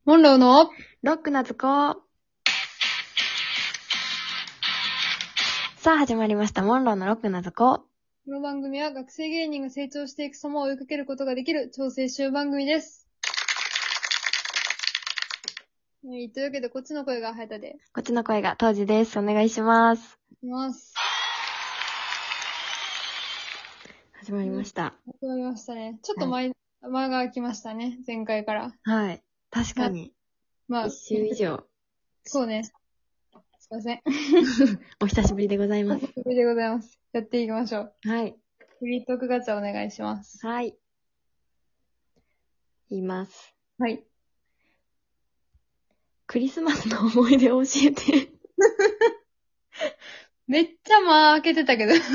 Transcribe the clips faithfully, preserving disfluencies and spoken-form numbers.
モンローのロックな図工。さあ始まりました。モンローのロックな図工。 この番組は学生芸人が成長していく様を追いかけることができる超青春番組です。はい、というわけでこっちの声がハヤタで。 こっちの声が当時です。お願いします。 いきます。 始まりました。 始まりましたね。ちょっと前、はい、間が空きましたね。前回から。 はい。確かに。まあ、一週以上。 そうね。すいません。 お久しぶりでございます。 お久しぶりでございます。やっていきましょう。 はい。 フリートークガチャお願いします。 はい。言います。 はい。 クリスマスの思い出を教えて。 めっちゃ間開けてたけど。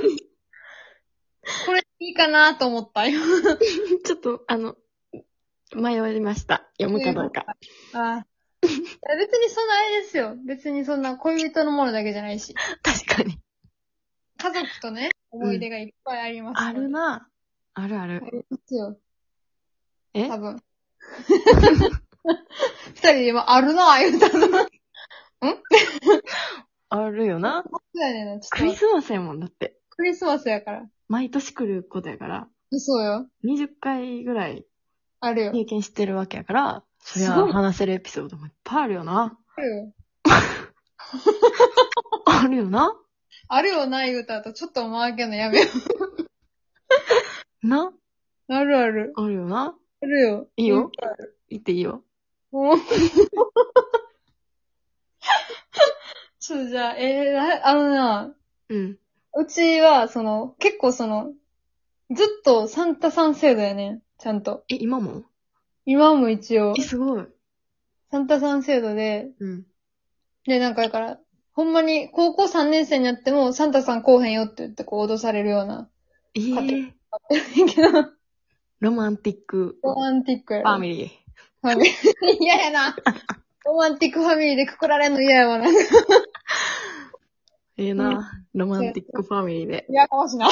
これいいかなと思ったよ。 ちょっと、あの、迷いました。読むかどうか。 ああ。別にそんなあれですよ。別にそんな恋人のものだけじゃないし。 確かに。 家族とね、思い出がいっぱいあります、 うん。あるな。あるある。 ありますよ。 え多分。二人で今、あるなぁ言うたの。んあるよな。 そうやねんな。ちょっとクリスマスやもんだって。 クリスマスやから。 毎年来ることやから。 そうよ。 にじゅっかいぐらいあるよ。 経験してるわけやから、そりゃ話せるエピソードもいっぱいあるよな。 あるよ。 あるよな。 あるよな言うた後、ちょっと間開けるのやめよう。な。 あるある。 あるよな。 あるよ。 いいよ。言っていいよ。 ちょっとじゃあ、えー、あのな、 うん。 うちは、その、結構その、ずっとサンタさん制度やねん。ちゃんと。 え、今も今も一応え、、すごい。 サンタさん制度で、 うん。 で、なんかだから、ほんまに高校さんねん生になってもサンタさん来おへんよって言ってこう脅されるような。 えー、 けど、 ロマンティックロマンティックやろ。 ファミリー。 ファミリー。嫌やな。ロマンティックファミリーでくくられんの嫌やわな。 ええな、ロマンティックファミリーで。 やかましな。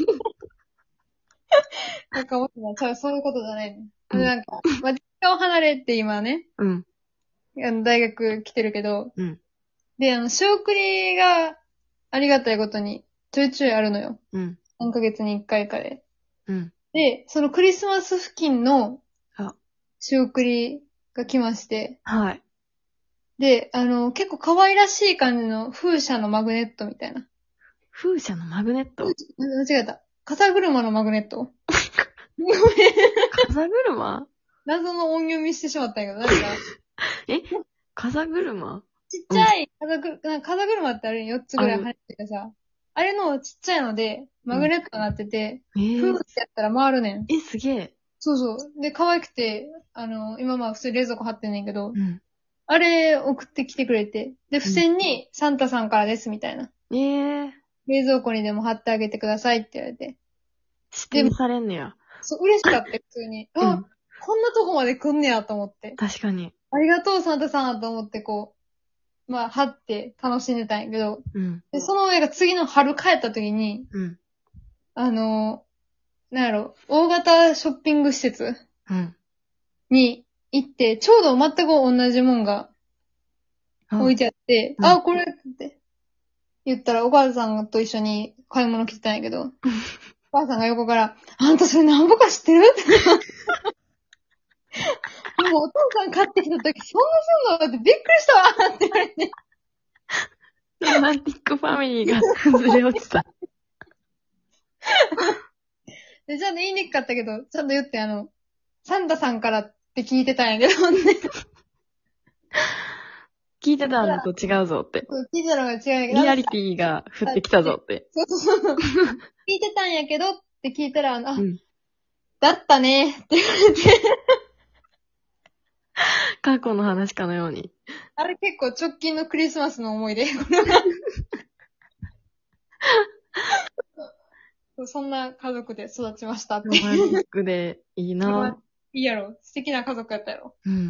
やかましな。ちゃう、そういうことじゃないね。 うん、 なんか、まあ、実家を離れて今ね、 うん。 あの大学来てるけど、 うん。 で、あの、仕送りがありがたいことにちょいちょいあるのよ。 うん。 さんかげつにいっかいかで。 うん。 で、そのクリスマス付近のあ、 仕送りが来まして、 はい。 で、あの、結構可愛らしい感じの風車のマグネットみたいな。 風車のマグネット。 間違えた。風車のマグネットごめん。 風車謎の音読みしてしまったんやけど、なんか、 え風車ちっちゃい風ぐ、なんか風車ってあれよっつぐらい入っててさ、あれのちっちゃいので、マグネットになってて、 えー、 ふーってやったら回るねん。 え、すげえ。 そうそう。で、可愛くて、あの、今まあ普通に冷蔵庫貼ってんねんけど、 うん。 あれ送ってきてくれて、で、付箋にサンタさんからですみたいな。 ええー。 冷蔵庫にでも貼ってあげてくださいって言われて。 指定されんねや。 そう、嬉しかった、普通に。あ、 うん、 こんなとこまで来んねやと思って。 確かに。 ありがとう、サンタさんと思ってこう、まあ、貼って楽しんでたんやけど、 うん。 で、その上が次の春帰った時に、 うん。 あの、なんやろ、大型ショッピング施設うん。 に行って、ちょうど全く同じもんが置いてあって、 うん、 あ、これって言ったらお母さんと一緒に買い物来てたんやけど、お母さんが横から、あんたそれなんぼか知ってるって。でもお父さん買ってきた時、そんなすんのってびっくりしたわって言われて。 ロマンティックファミリーが崩れ落ちた。 で、ちゃんと言いにくかったけど、ちゃんと言って、あの、サンタさんからって聞いてたんやけど、ね。 聞いてたのと違うぞって。 聞いてたのが違うんやけど。 リアリティが降ってきたぞって。 そうそうそう。聞いてたんやけどって聞いたら、あの、 うん、 だったねって言われて。 過去の話かのように。 あれ結構直近のクリスマスの思い出。これはそんな家族で育ちましたって。 ロマンティックでいいな。 いいやろ。素敵な家族やったやろ。 うん。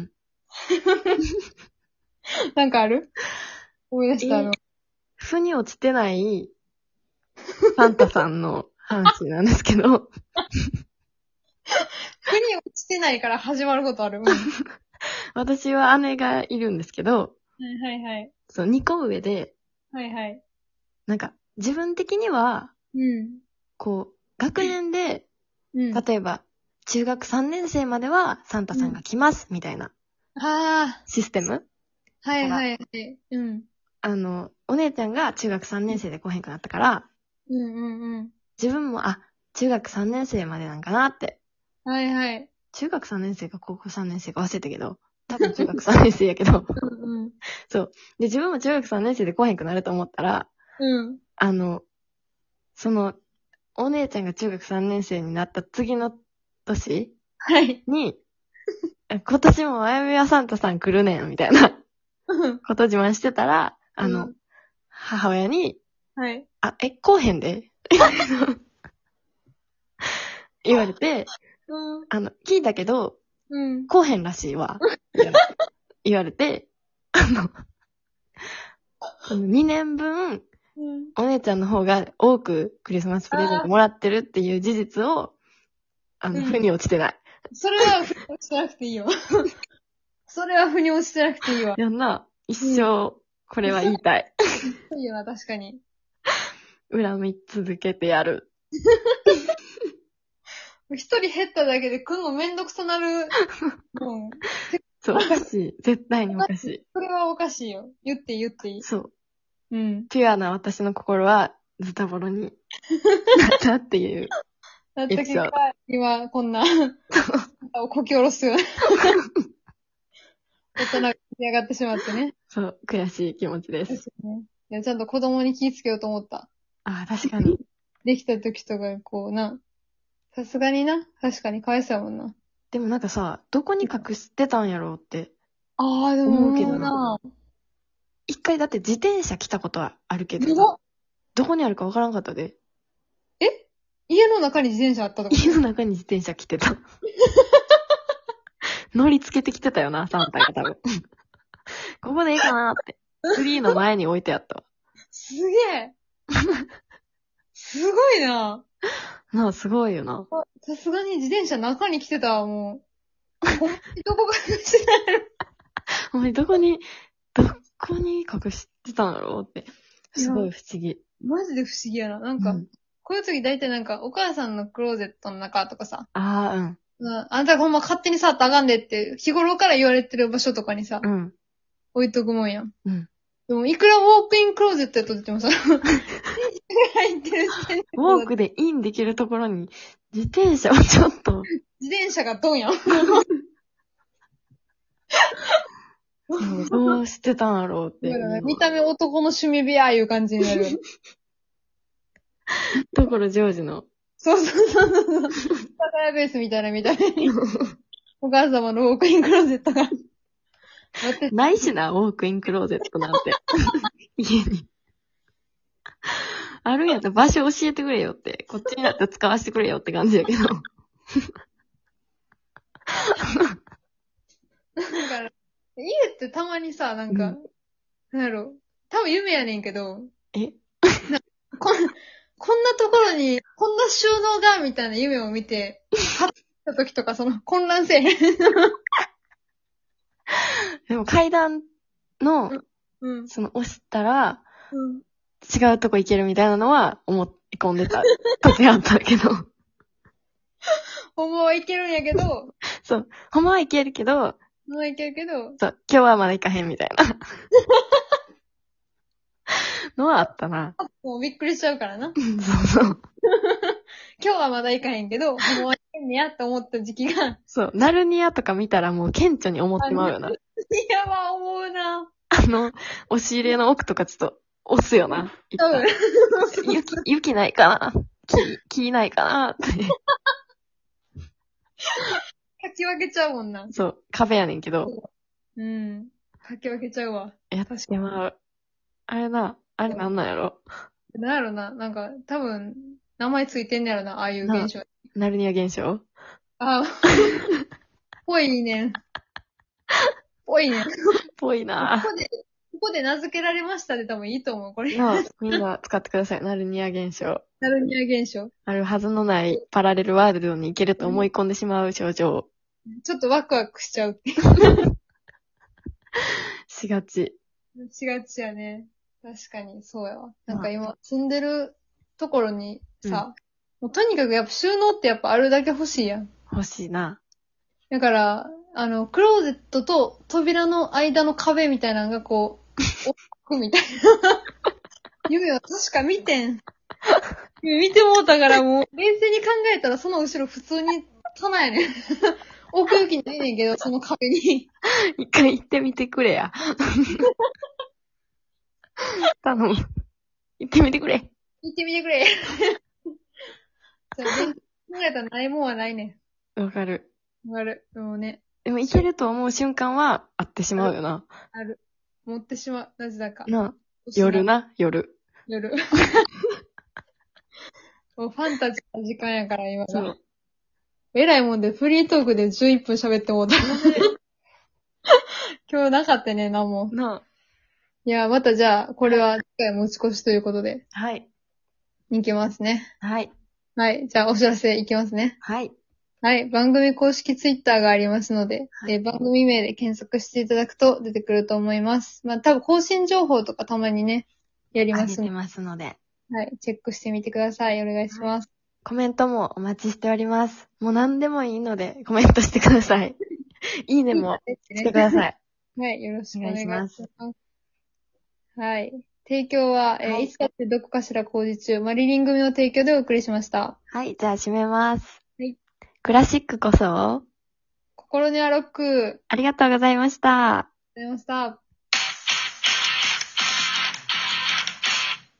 なんかある思い出したの。 腑に落ちてないサンタさんの話なんですけど。 腑に落ちてないから始まることある。うん、 私は姉がいるんですけど、 はいはいはい。 そう、にこ上で、 はいはい。 なんか、自分的には、 うん。 こう、学年で、 うん。 例えば、中学さんねん生まではサンタさんが来ます、みたいなああ、 システムだから、 はいはいはい。うん。 あの、お姉ちゃんが中学さんねん生で来へんくなったから、 うんうんうん。 自分も、あ、中学さんねん生までなんかなって。 はいはい。 中学さんねん生か高校さんねん生か忘れたけど、多分中学さんねん生やけど。 うんうん。 そう。で、自分も中学さんねん生で来へんくなると思ったら、 うん。 あの、その、お姉ちゃんが中学さんねん生になった次の年はい。 に、今年もあやめやサンタさん来るねん、みたいなうん。 こと自慢してたら、あの、 うん。 母親に、 はい。 あ、え、来おへんで言われて、 うん。 あの、聞いたけど、 うん。 来おへんらしいわ。みたいな言われて、あの、にねんぶん、 うん。 お姉ちゃんの方が多くクリスマスプレゼントああ、 もらってるっていう事実を、あの、腑うん。 に落ちてない。 それは腑に落ちてなくていいよ。それは腑に落ちてなくていいわ。 やんな、一うん。 生、これは言いたい。 いいよな、確かに。 恨み続けてやる。 一人減っただけで来んのめんどくさなる。うん。 そう、おかしい。絶対におかしい。 それはおかしいよ。言っていい言っていい。 そう。 うん。 ピュアな私の心は、ズタボロになったっていうだった結果、 エピソード。 今、こんな、をこき下ろすような大人が出上がってしまってね。 そう、悔しい気持ちでですす。 ね。いやちゃんと子供に気ぃつけようと思った。 ああ、確かに。 できた時とか、こうな。さすがにな。確かにかわいそうやもんな。 でもなんかさ、どこに隠してたんやろうってああ、でも思うけどな。 思うな。 一回だって自転車来たことはあるけどさ、 やば。 どこにあるかわからんかったで。 え家の中に自転車あったとか。 家の中に自転車来てた。乗り付けてきてたよな、サンタが多分。ここでいいかなって。ツリーの前に置いてあったわ。 すげえ。すごいな。 なあ、すごいよな。 さすがに自転車中に来てたわ、もう。ほんまにどこか隠してないの。 お前どこに、どこに隠してたんだろうって。すごい不思議。 マジで不思議やな。なんか、 うん、 こういう時大体なんか、お母さんのクローゼットの中とかさ、 ああ、うん。 うんあんたがほんま勝手に触ったらあかんでって、日頃から言われてる場所とかにさ、 うん。 置いとくもんやん。 うん。 でも、いくらウォークインクローゼットやとってもさ、入ってる自転車ウォークでインできるところに、自転車をちょっと、 自転車がドンやん。 そうどうしてたんだろうって思う。 見た目男の趣味部屋いう感じになる。 ところジョージの。 そうそうそうそう。サタヤベースみたいな見た目に、お母様のウォークインクローゼットが。 ないしな、ウォークインクローゼットなんて。家に。あるんやったら場所教えてくれよって。こっちになったら使わせてくれよって感じやけど。 だから、家ってたまにさ、なんか、 うんなんやろ、多分夢やねんけど、 えこん、こんなところに、こんな収納が、みたいな夢を見て、はった時とか、その、混乱せえへん。 でも階段の、 うん。 その押したら、 うん。 違うとこ行けるみたいなのは思い込んでた時あったけど。 ほんまはいけるんやけど、 そう。ほんまは行けるけど、 ほんまはいけるけど、 そう、今日はまだ行かへんみたいなのはあったな。 もうびっくりしちゃうからな。 そうそう。 今日はまだ行かへんけど、ほんまはいけんねやって思った時期が、 そう。ナルニアとか見たらもう顕著に思ってまうよな。 いやば、思うな。 あの、押し入れの奥とかちょっと押すよな。一多分旦。雪、雪ないかな木、木ないかなって。 書き分けちゃうもんな。 そう。壁やねんけど。 うん。書き分けちゃうわ。 やってまう。あれな、あれなんなんやろ。 なんやろな、なんか、多分、名前ついてんねやろな、ああいう現象。 ナルニア現象ああ、ぽいねん。ぽいねん。こぽいなこで、ここで名付けられましたで多分いいと思う、これ。 なあ、みんな使ってください。ナルニア現象。 ナルニア現象。 あるはずのないパラレルワールドに行けると思い込んでしまう症状。 ちょっとワクワクしちゃう。 しがち。 しがちやね。確かに、そうやわ。なんか今、住んでるところにさ、もうとにかくやっぱ収納ってやっぱあるだけ欲しいやん。 欲しいな。 だから、あの、クローゼットと扉の間の壁みたいなのがこう、置くみたいな。夢は確か見てん。見てもうたからもう、冷静に考えたらその後ろ普通に棚やねん。奥行きないねんけど、その壁に。 一回行ってみてくれや。頼む。行ってみてくれ。 行ってみてくれ。そう、冷静に考えたらないもんはないねわかる。 ん。わかる。でもね、 でも行けると思う瞬間はあってしまうよな。 ある。持ってしまう。なぜだか。 な、夜な、夜。 夜。もうファンタジーな時間やから、今が。 そう。 えらいもんで、フリートークでじゅういっぷん喋ってもうた。今日なかったね、なんも。 な、 いや、またじゃあ、これは次回持ち越しということで、 はい。 いきますね。 はい。 はい。じゃあ、お知らせいきますね。 はい。 はい。番組公式ツイッターがありますので、 はいえー番組名で検索していただくと出てくると思います。まあ、多分更新情報とかたまにね、やりますので、 あげてますので。 はい。チェックしてみてください。お願いします。 コメントもお待ちしております。もう何でもいいので、コメントしてください。いいねもしてください。 はい。よろしくお願いしま。 お願いしますはい。提供は、えーはいいつだってどこかしら工事中、マリリン組の提供でお送りしました。 はい、じゃあ締めます。 はい。 クラシックこそ、 心にはロック。ありがとうありがとうございました。 ございました。